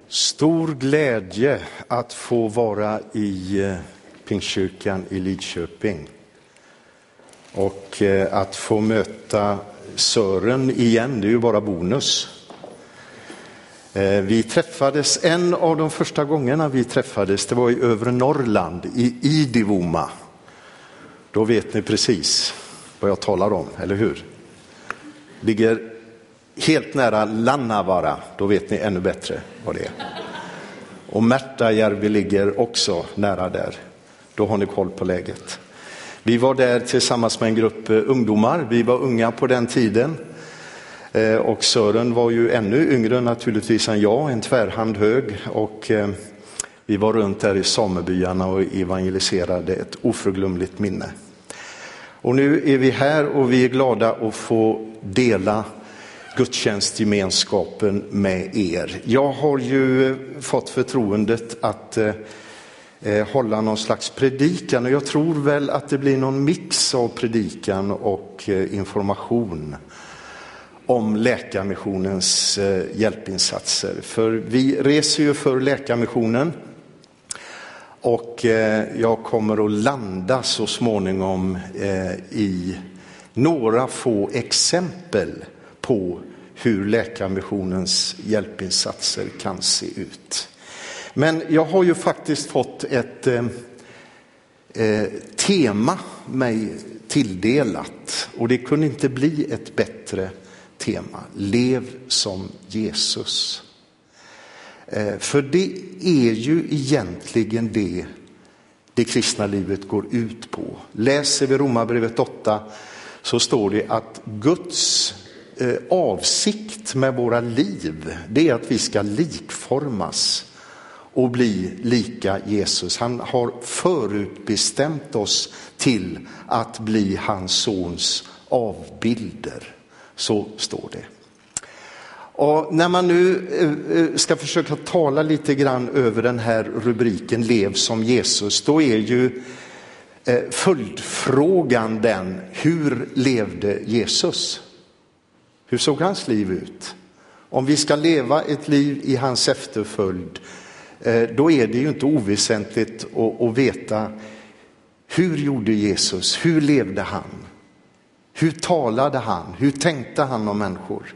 Stor glädje att få vara i Pingstkyrkan i Lidköping och att få möta Sören igen, det är ju bara bonus. Vi träffades, en av de första gångerna vi träffades, det var i övre Norrland, i Idivoma. Då vet ni precis vad jag talar om, eller hur? Ligger helt nära Lannavaara, då vet ni ännu bättre vad det är. Och Märtajärvi ligger också nära där, då har ni koll på läget. Vi var där tillsammans med en grupp ungdomar, vi var unga på den tiden. Och Sören var ju ännu yngre naturligtvis än jag, en tvärhand hög. Och vi var runt där i samebyarna och evangeliserade, ett oförglömligt minne. Och nu är vi här och vi är glada att få dela gudstjänstgemenskapen med er. Jag har ju fått förtroendet att hålla någon slags predikan. Och jag tror väl att det blir någon mix av predikan och information om Läkarmissionens hjälpinsatser. För vi reser ju för Läkarmissionen och jag kommer att landa så småningom i några få exempel på hur Läkarmissionens hjälpinsatser kan se ut. Men jag har ju faktiskt fått ett tema mig tilldelat och det kunde inte bli ett bättre tema. Lev som Jesus. För det är ju egentligen det kristna livet går ut på. Läser vi Romarbrevet 8 så står det att Guds avsikt med våra liv, det är att vi ska likformas och bli lika Jesus. Han har förutbestämt oss till att bli hans sons avbilder. Så står det. Och när man nu ska försöka tala lite grann över den här rubriken Lev som Jesus, då är ju följdfrågan den: hur levde Jesus? Hur såg hans liv ut? Om vi ska leva ett liv i hans efterföljd, då är det ju inte oväsentligt att veta hur gjorde Jesus, hur levde han? Hur talade han? Hur tänkte han om människor?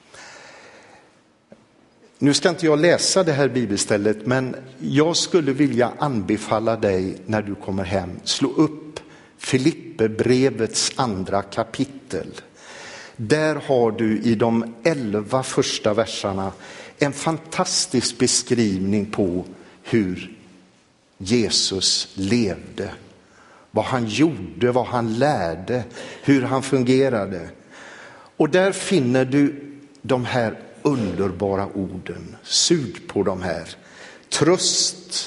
Nu ska inte jag läsa det här bibelstället, men jag skulle vilja anbefalla dig när du kommer hem, slå upp Filipperbrevets 2 kapitel. Där har du i de 11 första verserna en fantastisk beskrivning på hur Jesus levde. Vad han gjorde, vad han lärde, hur han fungerade. Och där finner du de här underbara orden. Sug på de här. Tröst,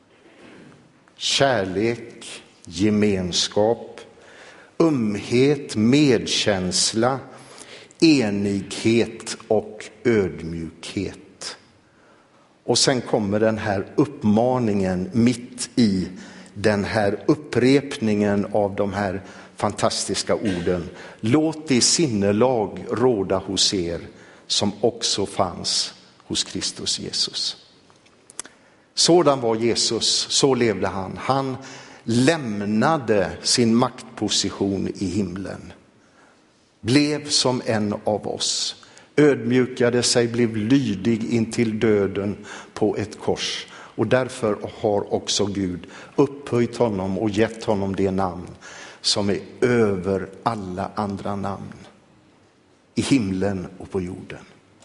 kärlek, gemenskap, ömhet, medkänsla, enighet och ödmjukhet. Och sen kommer den här uppmaningen mitt i den här upprepningen av de här fantastiska orden. Låt det sinnelag råda hos er som också fanns hos Kristus Jesus. Sådan var Jesus, så levde han. Han lämnade sin maktposition i himlen. Blev som en av oss. Ödmjukade sig, blev lydig intill döden på ett kors. Och därför har också Gud upphöjt honom och gett honom det namn som är över alla andra namn. I himlen och på jorden.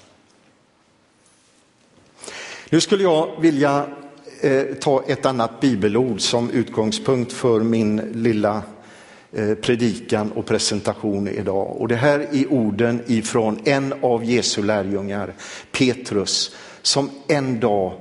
Nu skulle jag vilja ta ett annat bibelord som utgångspunkt för min lilla predikan och presentation idag. Och det här är orden ifrån en av Jesu lärjungar, Petrus, som en dag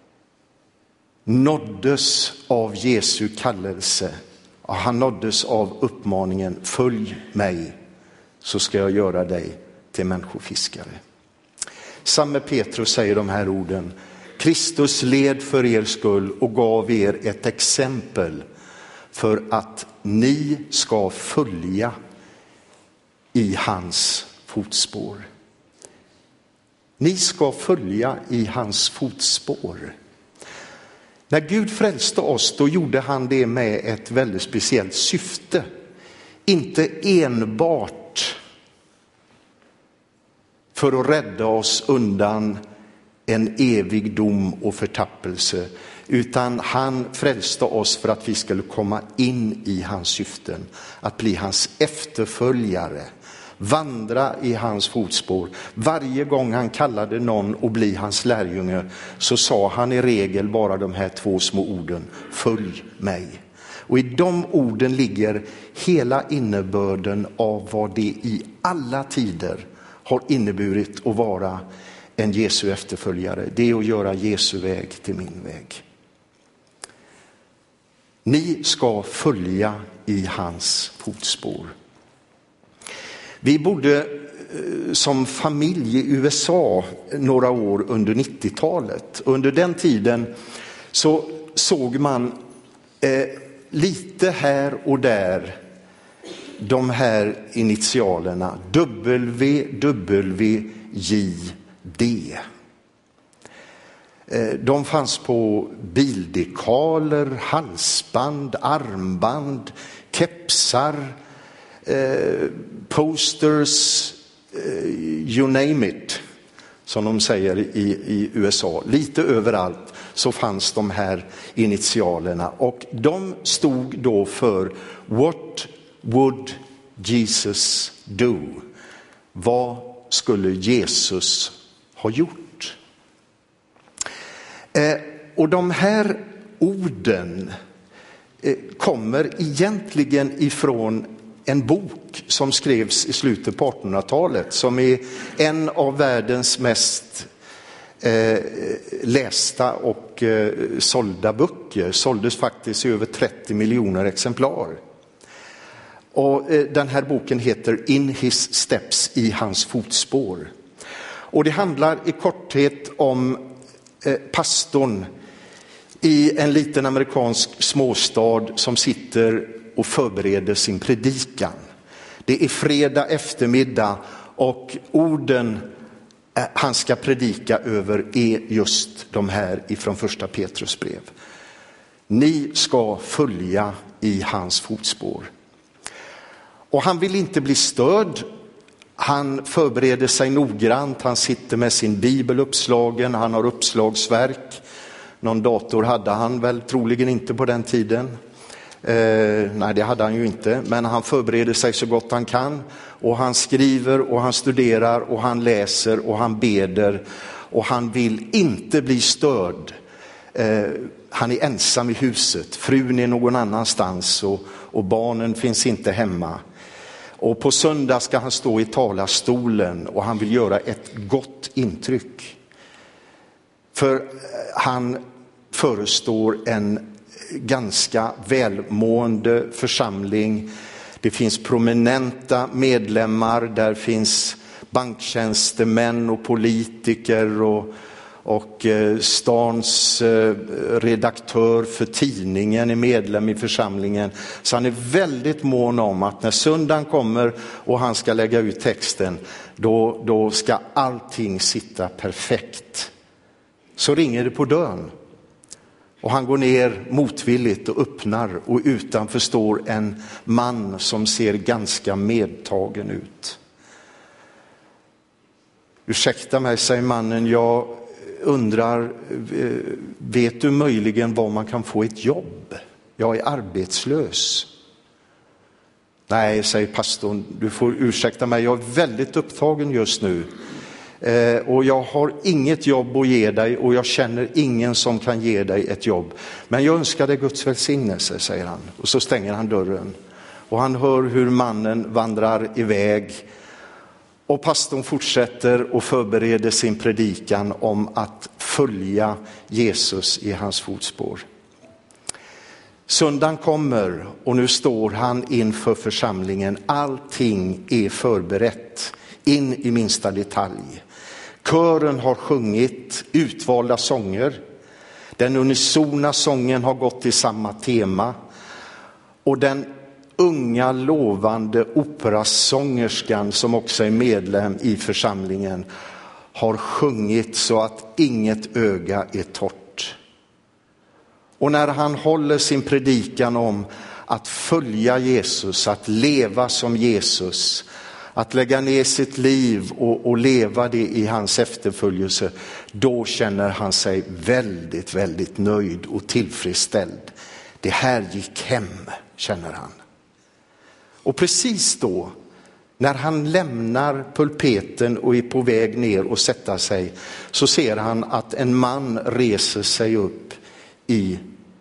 nåddes av Jesu kallelse. Och han nåddes av uppmaningen: följ mig så ska jag göra dig till människofiskare. Samme Petrus säger de här orden: Kristus led för er skull och gav er ett exempel för att ni ska följa i hans fotspår. Ni ska följa i hans fotspår. När Gud frälste oss, då gjorde han det med ett väldigt speciellt syfte. Inte enbart för att rädda oss undan en evig dom och förtappelse, utan han frälste oss för att vi skulle komma in i hans syften, att bli hans efterföljare, vandra i hans fotspår. Varje gång han kallade någon att bli hans lärjunge så sa han i regel bara de här 2 små orden: följ mig. Och i de orden ligger hela innebörden av vad det i alla tider har inneburit att vara en Jesu efterföljare. Det är att göra Jesu väg till min väg. Ni ska följa i hans fotspår. Vi bodde som familj i USA några år under 90-talet. Under den tiden så såg man lite här och där de här initialerna WWJD. De fanns på bildekaler, halsband, armband, kepsar, posters, you name it, som de säger i USA. Lite överallt så fanns de här initialerna, och de stod då för What would Jesus do? Vad skulle Jesus ha gjort? Och de här orden kommer egentligen ifrån en bok som skrevs i slutet på 1800-talet, som är en av världens mest lästa och sålda böcker. Såldes faktiskt i över 30 miljoner exemplar. Och den här boken heter In His Steps, i hans fotspår. Och det handlar i korthet om pastorn i en liten amerikansk småstad som sitter och förbereder sin predikan. Det är fredag eftermiddag och orden han ska predika över är just de här ifrån första Petrus brev. Ni ska följa i hans fotspår. Och han vill inte bli störd. Han förbereder sig noggrant. Han sitter med sin bibel uppslagen. Han har uppslagsverk. Någon dator hade han väl troligen inte på den tiden. Nej, det hade han ju inte. Men han förbereder sig så gott han kan. Och han skriver och han studerar och han läser och han beder. Och han vill inte bli störd. Han är ensam i huset. Frun är någon annanstans och barnen finns inte hemma. Och på söndag ska han stå i talarstolen och han vill göra ett gott intryck. För han förestår en ganska välmående församling. Det finns prominenta medlemmar, där finns banktjänstemän och politiker och stans redaktör för tidningen är medlem i församlingen. Så han är väldigt mån om att när söndagen kommer och han ska lägga ut texten, då ska allting sitta perfekt. Så ringer det på dörren. Och han går ner motvilligt och öppnar, och utanför står en man som ser ganska medtagen ut. Ursäkta mig, säger mannen, jag undrar, vet du möjligen var man kan få ett jobb? Jag är arbetslös. Nej, säger pastorn, du får ursäkta mig, jag är väldigt upptagen just nu. Och jag har inget jobb att ge dig och jag känner ingen som kan ge dig ett jobb. Men jag önskar dig Guds välsignelse, säger han. Och så stänger han dörren. Och han hör hur mannen vandrar iväg. Och pastorn fortsätter och förbereder sin predikan om att följa Jesus i hans fotspår. Söndagen kommer och nu står han inför församlingen. Allting är förberett in i minsta detalj. Kören har sjungit utvalda sånger. Den unisona sången har gått till samma tema. Och den unga lovande operasångerskan som också är medlem i församlingen har sjungit så att inget öga är torrt. Och när han håller sin predikan om att följa Jesus, att leva som Jesus, att lägga ner sitt liv och leva det i hans efterföljelse, då känner han sig väldigt, väldigt nöjd och tillfredsställd. Det här gick hem, känner han. Och precis då, när han lämnar pulpeten och är på väg ner och sätta sig, så ser han att en man reser sig upp i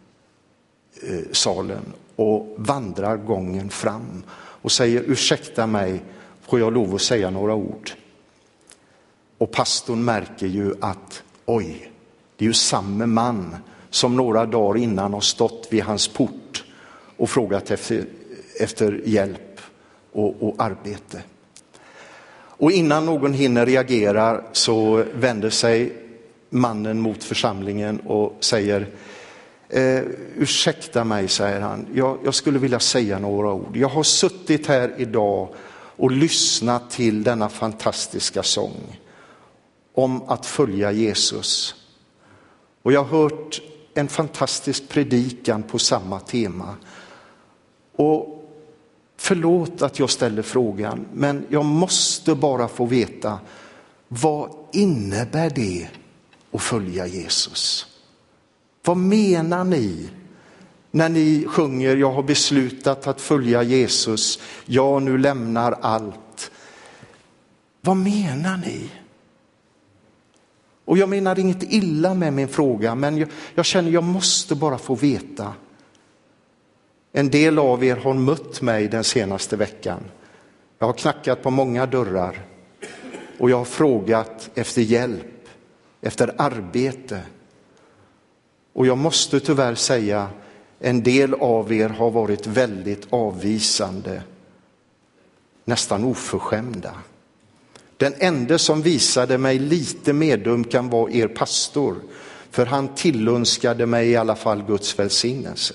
salen och vandrar gången fram och säger: ursäkta mig, får jag lov att säga några ord? Och pastorn märker ju att oj, det är ju samma man som några dagar innan har stått vid hans port och frågat efter hjälp och arbete. Och innan någon hinner reagera så vänder sig mannen mot församlingen och säger: ursäkta mig, säger han, jag skulle vilja säga några ord. Jag har suttit här idag och lyssnat till denna fantastiska sång om att följa Jesus. Och jag har hört en fantastisk predikan på samma tema. Och förlåt att jag ställer frågan, men jag måste bara få veta, vad innebär det att följa Jesus? Vad menar ni när ni sjunger: jag har beslutat att följa Jesus, jag nu lämnar allt? Vad menar ni? Och jag menar inget illa med min fråga, men jag känner jag måste bara få veta. En del av er har mött mig den senaste veckan. Jag har knackat på många dörrar och jag har frågat efter hjälp, efter arbete. Och jag måste tyvärr säga, en del av er har varit väldigt avvisande, nästan oförskämda. Den enda som visade mig lite medömkan var er pastor, för han tillönskade mig i alla fall Guds välsignelse.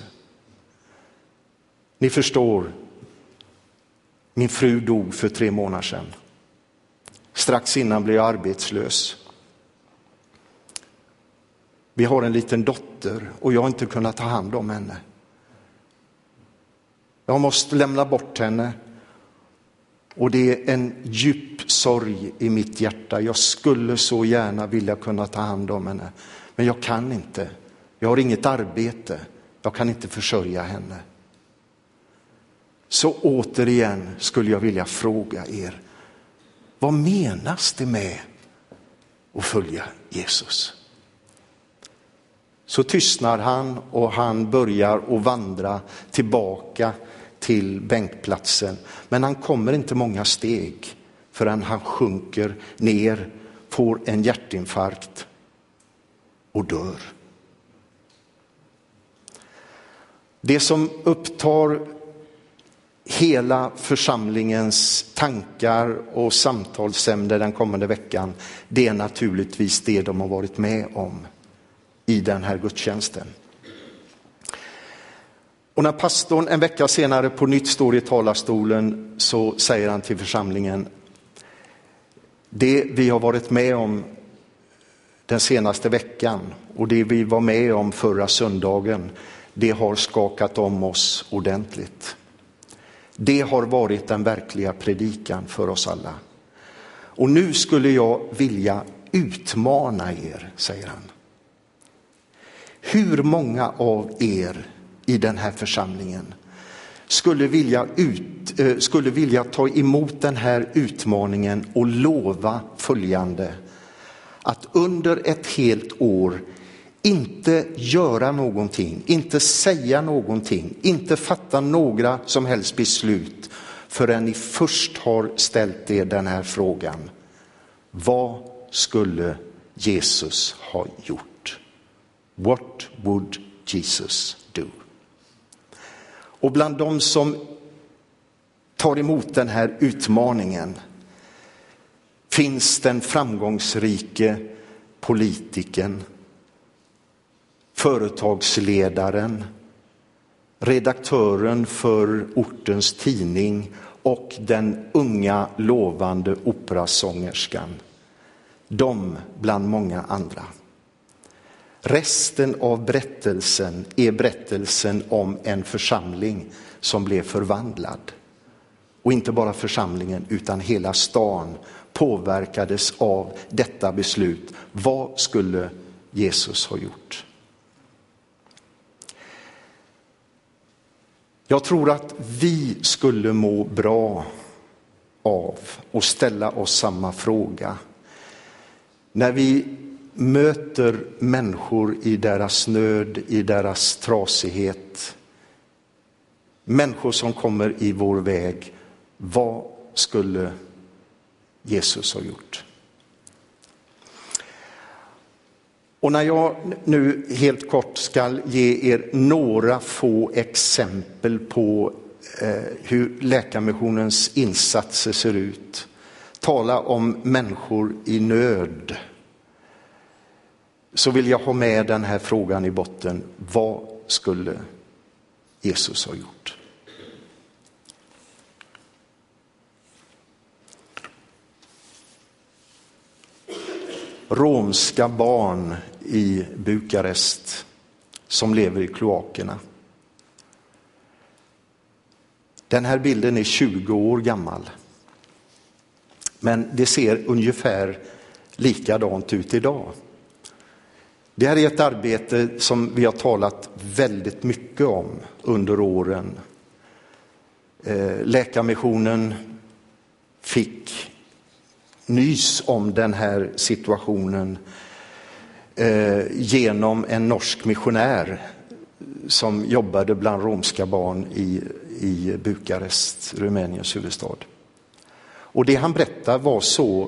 Ni förstår, min fru dog för 3 månader sedan. Strax innan blev jag arbetslös. Vi har en liten dotter och jag har inte kunnat ta hand om henne. Jag måste lämna bort henne. Och det är en djup sorg i mitt hjärta. Jag skulle så gärna vilja kunna ta hand om henne. Men jag kan inte. Jag har inget arbete. Jag kan inte försörja henne. Så återigen skulle jag vilja fråga er: vad menas det med att följa Jesus? Så tystnar han och han börjar att vandra tillbaka till bänkplatsen. Men han kommer inte många steg förrän han sjunker ner, får en hjärtinfarkt och dör. Det som upptar hela församlingens tankar och samtalsämne den kommande veckan, det är naturligtvis det de har varit med om i den här gudstjänsten. Och när pastorn en vecka senare på nytt står i talarstolen, så säger han till församlingen: det vi har varit med om den senaste veckan och det vi var med om förra söndagen, det har skakat om oss ordentligt. Det har varit den verkliga predikan för oss alla. Och nu skulle jag vilja utmana er, säger han. Hur många av er i den här församlingen skulle vilja ta emot den här utmaningen och lova följande: att under ett helt år inte göra någonting, inte säga någonting, inte fatta några som helst beslut förrän ni först har ställt er den här frågan: vad skulle Jesus ha gjort? What would Jesus do? Och bland de som tar emot den här utmaningen finns den framgångsrike politikern, företagsledaren, redaktören för ortens tidning och den unga lovande operasångerskan. De bland många andra. Resten av berättelsen är berättelsen om en församling som blev förvandlad. Och inte bara församlingen utan hela stan påverkades av detta beslut. Vad skulle Jesus ha gjort? Jag tror att vi skulle må bra av att ställa oss samma fråga. När vi möter människor i deras nöd, i deras trasighet, människor som kommer i vår väg, vad skulle Jesus ha gjort? Och när jag nu helt kort ska ge er några få exempel på hur Läkarmissionens insatser ser ut, tala om människor i nöd, så vill jag ha med den här frågan i botten. Vad skulle Jesus ha gjort? Romska barn i Bukarest som lever i kloakerna. Den här bilden är 20 år gammal. Men det ser ungefär likadant ut idag. Det här är ett arbete som vi har talat väldigt mycket om under åren. Läkarmissionen fick nys om den här situationen genom en norsk missionär som jobbade bland romska barn i Bukarest, Rumäniens huvudstad. Och det han berättade var så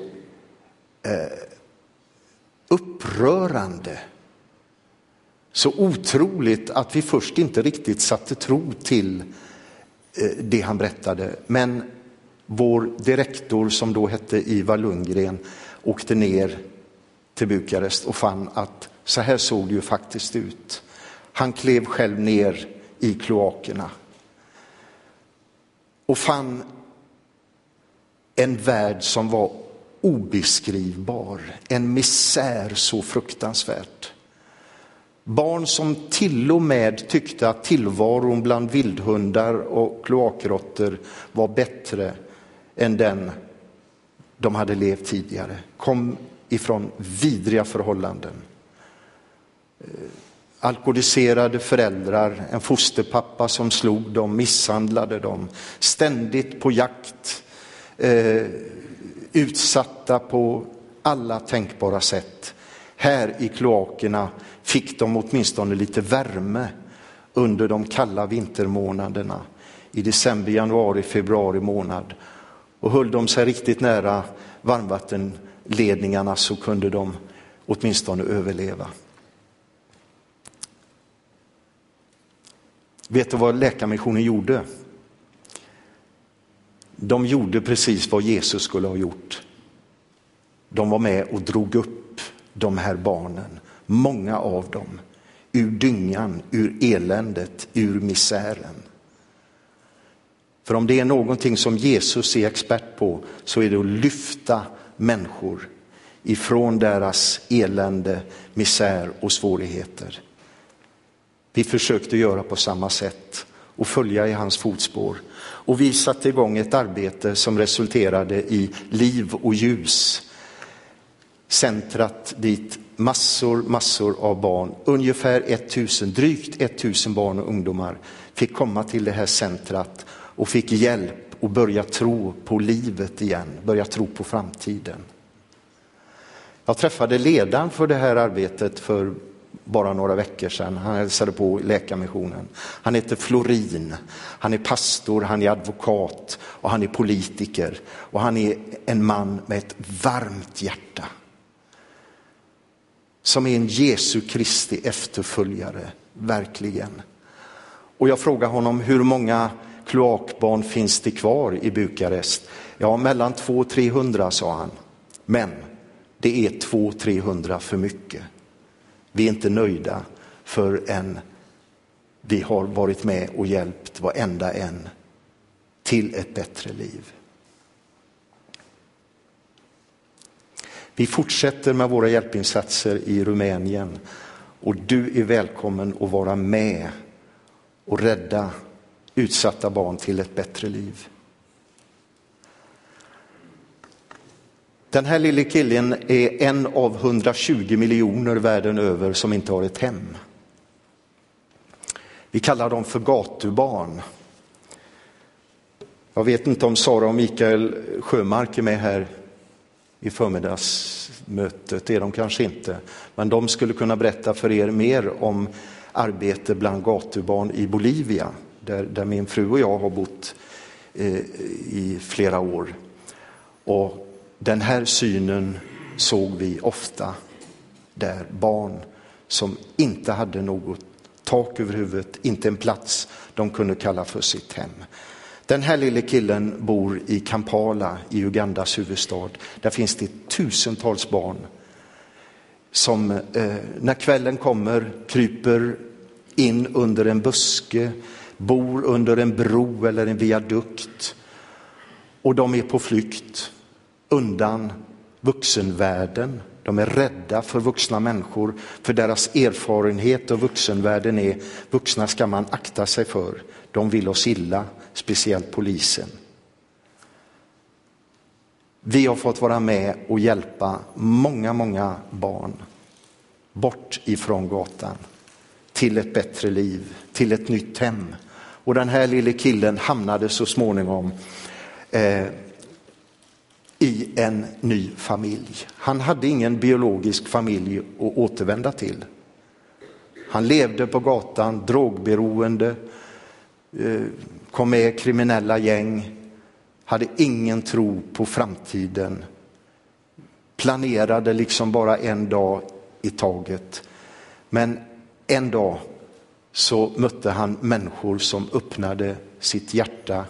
upprörande, så otroligt att vi först inte riktigt satte tro till det han berättade. Men vår direktor, som då hette Ivar Lundgren, åkte ner till Bukarest och fann att så här såg det ju faktiskt ut. Han klev själv ner i kloakerna och fann en värld som var obeskrivbar, en misär så fruktansvärt. Barn som till och med tyckte att tillvaron bland vildhundar och kloakråttor var bättre än den de hade levt tidigare. Kom ifrån vidriga förhållanden. Alkoholiserade föräldrar, en fosterpappa som slog dem, misshandlade dem, ständigt på jakt, utsatta på alla tänkbara sätt. Här i kloakerna fick de åtminstone lite värme under de kalla vintermånaderna i december, januari, februari månad. Och höll de sig riktigt nära varmvattenledningarna så kunde de åtminstone överleva. Vet du vad Läkarmissionen gjorde? De gjorde precis vad Jesus skulle ha gjort. De var med och drog upp de här barnen, många av dem, ur dyngan, ur eländet, ur misären. För om det är någonting som Jesus är expert på, så är det att lyfta människor ifrån deras elände, misär och svårigheter. Vi försökte göra på samma sätt och följa i hans fotspår. Och vi satte igång ett arbete som resulterade i Liv och ljus. Centrat dit massor av barn, ungefär drygt 1000 barn och ungdomar fick komma till det här centrat och fick hjälp och börja tro på livet igen, börja tro på framtiden. Jag träffade ledaren för det här arbetet för bara några veckor sedan. Han hälsade på Läkarmissionen. Han heter Florin. Han är pastor, han är advokat och han är politiker. Och han är en man med ett varmt hjärta. Som är en Jesu Kristi efterföljare, verkligen. Och jag frågade honom, hur många kloakbarn finns det kvar i Bukarest? Ja, mellan 200-300, sa han. Men det är 200-300 för mycket. Vi är inte nöjda förrän vi har varit med och hjälpt varenda en till ett bättre liv. Vi fortsätter med våra hjälpinsatser i Rumänien och du är välkommen att vara med och rädda utsatta barn till ett bättre liv. Den här lille killen är en av 120 miljoner världen över som inte har ett hem. Vi kallar dem för gatubarn. Jag vet inte om Sara och Mikael Sjömark är med här i förmiddagsmötet. Det är de kanske inte. Men de skulle kunna berätta för er mer om arbete bland gatubarn i Bolivia. Där min fru och jag har bott i flera år. Och den här synen såg vi ofta där. Barn som inte hade något tak över huvudet, inte en plats de kunde kalla för sitt hem. Den här lille killen bor i Kampala i Ugandas huvudstad. Där finns det tusentals barn som när kvällen kommer kryper in under en buske, bor under en bro eller en viadukt. Och de är på flykt undan vuxenvärlden. De är rädda för vuxna människor, för deras erfarenhet av vuxenvärlden är vuxna ska man akta sig för. De vill oss illa, speciellt polisen. Vi har fått vara med och hjälpa många barn bort ifrån gatan till ett bättre liv, till ett nytt hem. Och den här lille killen hamnade så småningom i en ny familj. Han hade ingen biologisk familj att återvända till. Han levde på gatan, drogberoende, kom med i kriminella gäng, hade ingen tro på framtiden, planerade liksom bara en dag i taget. Men en dag så mötte han människor som öppnade sitt hjärta,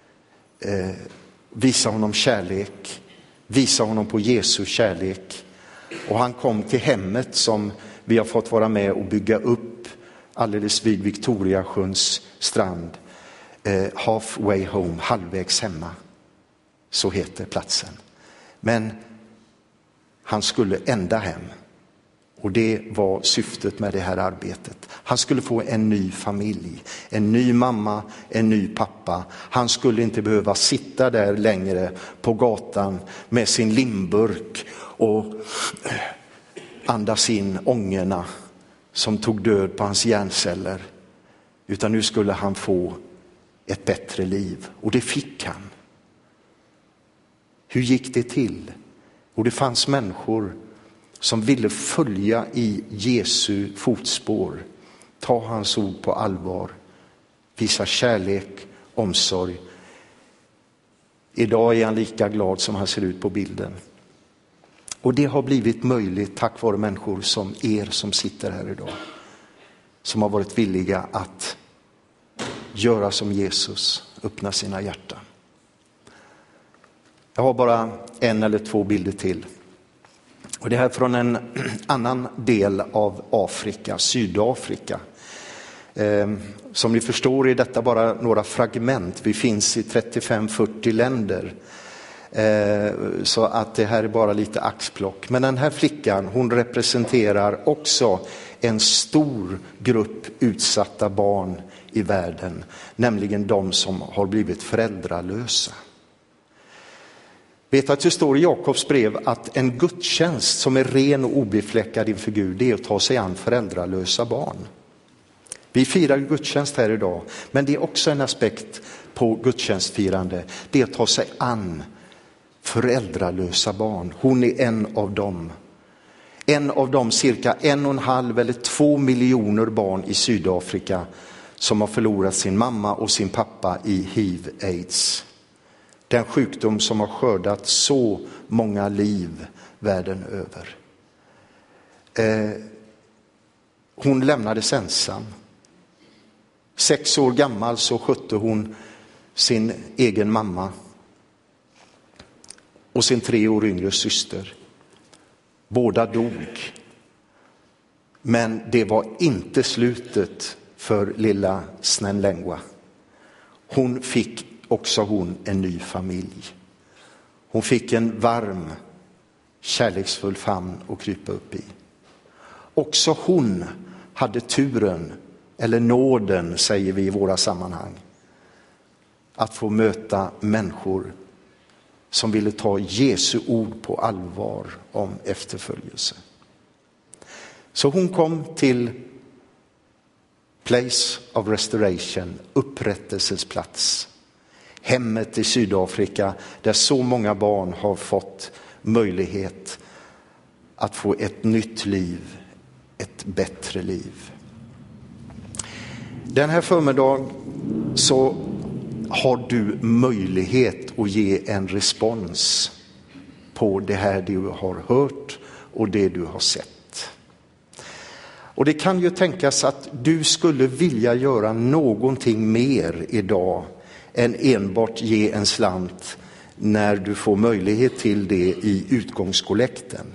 visade honom kärlek, visade honom på Jesu kärlek. Och han kom till hemmet som vi har fått vara med och bygga upp alldeles vid Victoriasjöns strand. Halfway home, halvvägs hemma. Så heter platsen. Men han skulle ända hem. Och det var syftet med det här arbetet. Han skulle få en ny familj, en ny mamma, en ny pappa. Han skulle inte behöva sitta där längre på gatan med sin limburk och andas in ångorna som tog död på hans hjärnceller. Utan nu skulle han få ett bättre liv. Och det fick han. Hur gick det till? Och det fanns människor som ville följa i Jesu fotspår, ta hans ord på allvar, visa kärlek, omsorg. Idag är han lika glad som han ser ut på bilden. Och det har blivit möjligt tack vare människor som er som sitter här idag. Som har varit villiga att göra som Jesus, öppna sina hjärtan. Jag har bara en eller två bilder till. Och det här från en annan del av Afrika, Sydafrika. Som ni förstår är detta bara några fragment. Vi finns i 35-40 länder. Så att det här är bara lite axplock. Men den här flickan, hon representerar också en stor grupp utsatta barn i världen. Nämligen de som har blivit föräldralösa. Vet att det står i Jakobs brev att en gudstjänst som är ren och obefläckad inför Gud, det är att ta sig an föräldralösa barn. Vi firar gudstjänst här idag, men det är också en aspekt på gudstjänstfirande. Det är att ta sig an föräldralösa barn. Hon är en av dem. En av de cirka 1,5 eller 2 miljoner barn i Sydafrika som har förlorat sin mamma och sin pappa i HIV-AIDS. Den sjukdom som har skördat så många liv världen över. Hon lämnades ensam. 6 år gammal så skötte hon sin egen mamma och sin 3 år yngre syster. Båda dog. Men det var inte slutet för lilla Snenlengwa. Hon fick också en ny familj. Hon fick en varm, kärleksfull famn att krypa upp i. Också hon hade turen, eller nåden säger vi i våra sammanhang, att få möta människor som ville ta Jesu ord på allvar om efterföljelse. Så hon kom till Place of Restoration, upprättelsesplats. Hemmet i Sydafrika där så många barn har fått möjlighet att få ett nytt liv, ett bättre liv. Den här förmiddagen så har du möjlighet att ge en respons på det här du har hört och det du har sett. Och det kan ju tänkas att du skulle vilja göra någonting mer idag än enbart ge en slant när du får möjlighet till det i utgångskollekten.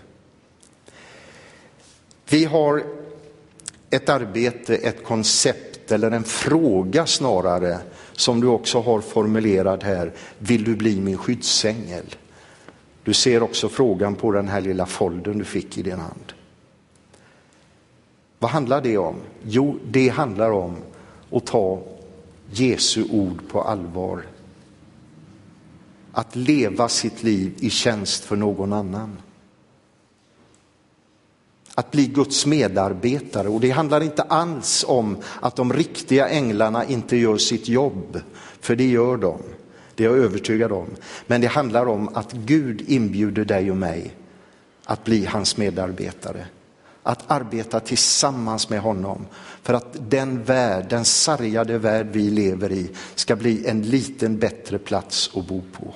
Vi har ett arbete, ett koncept eller en fråga snarare som du också har formulerat här. Vill du bli min skyddsängel? Du ser också frågan på den här lilla foldern du fick i din hand. Vad handlar det om? Jo, det handlar om att ta Jesu ord på allvar. Att leva sitt liv i tjänst för någon annan. Att bli Guds medarbetare. Och det handlar inte alls om att de riktiga änglarna inte gör sitt jobb. För det gör de. Det är jag övertygad om. Men det handlar om att Gud inbjuder dig och mig att bli hans medarbetare. Att arbeta tillsammans med honom för att den värld, den sargade värld vi lever i ska bli en liten bättre plats att bo på.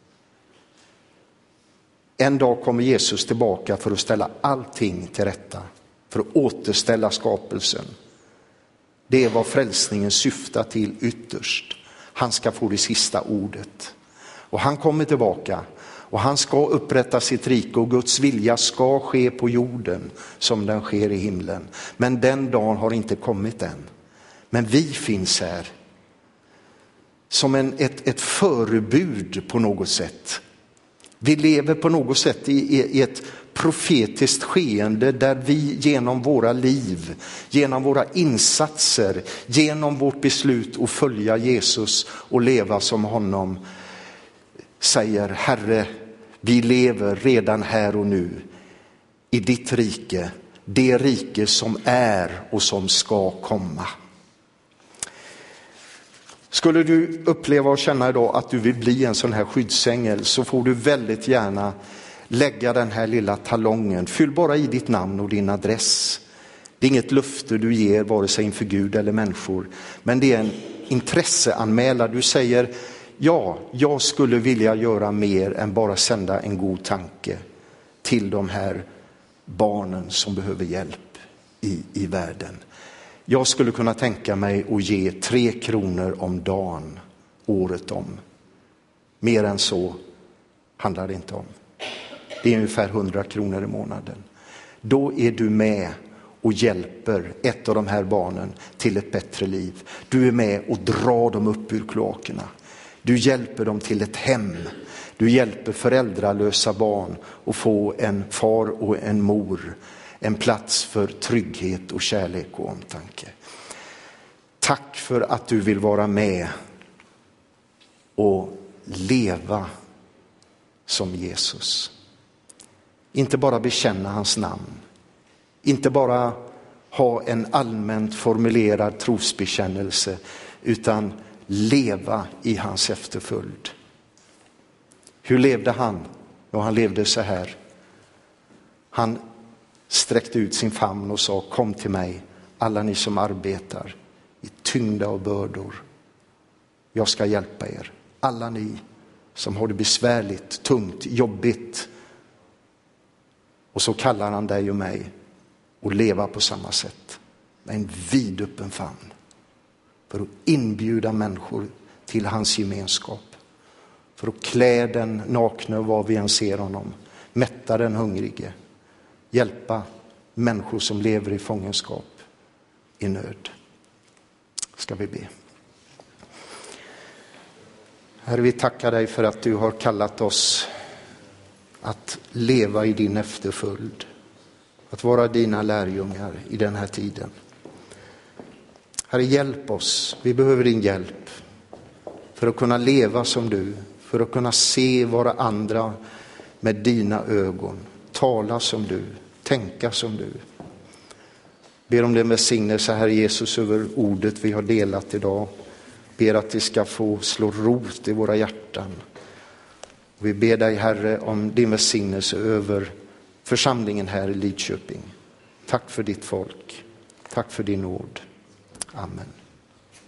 En dag kommer Jesus tillbaka för att ställa allting till rätta, för att återställa skapelsen. Det är vad frälsningen syftar till ytterst. Han ska få det sista ordet. Och han kommer tillbaka. Och han ska upprätta sitt rike och Guds vilja ska ske på jorden som den sker i himlen. Men den dagen har inte kommit än. Men vi finns här som ett förebud på något sätt. Vi lever på något sätt i ett profetiskt skeende där vi genom våra liv, genom våra insatser, genom vårt beslut att följa Jesus och leva som honom säger: Herre, vi lever redan här och nu i ditt rike, det rike som är och som ska komma. Skulle du uppleva och känna idag att du vill bli en sån här skyddsängel, så får du väldigt gärna lägga den här lilla talongen. Fyll bara i ditt namn och din adress. Det är inget löfte du ger vare sig inför Gud eller människor, men det är en intresseanmälan. Du säger: ja, jag skulle vilja göra mer än bara sända en god tanke till de här barnen som behöver hjälp i världen. Jag skulle kunna tänka mig att ge 3 kronor om dagen, året om. Mer än så handlar det inte om. Det är ungefär 100 kronor i månaden. Då är du med och hjälper ett av de här barnen till ett bättre liv. Du är med och drar dem upp ur kloakerna. Du hjälper dem till ett hem. Du hjälper föräldralösa barn att få en far och en mor. En plats för trygghet och kärlek och omtanke. Tack för att du vill vara med och leva som Jesus. Inte bara bekänna hans namn. Inte bara ha en allmänt formulerad trosbekännelse, utan leva i hans efterföljd. Hur levde han? Ja, han levde så här. Han sträckte ut sin famn och sa: kom till mig, alla ni som arbetar i tyngda och bördor. Jag ska hjälpa er. Alla ni som har det besvärligt, tungt, jobbigt. Och så kallar han dig och mig att leva på samma sätt. Med en vidöppen famn. För att inbjuda människor till hans gemenskap. För att klä den nakna var vi än ser honom. Mätta den hungrige. Hjälpa människor som lever i fångenskap, i nöd. Ska vi be. Herre, vi tackar dig för att du har kallat oss att leva i din efterföljd. Att vara dina lärjungar i den här tiden. Herre, hjälp oss. Vi behöver din hjälp för att kunna leva som du. För att kunna se våra andra med dina ögon. Tala som du. Tänka som du. Ber om den välsignelse, Herre Jesus, över ordet vi har delat idag. Ber att det ska få slå rot i våra hjärtan. Vi ber dig, Herre, om din välsignelse över församlingen här i Lidköping. Tack för ditt folk. Tack för din nåd. Amen.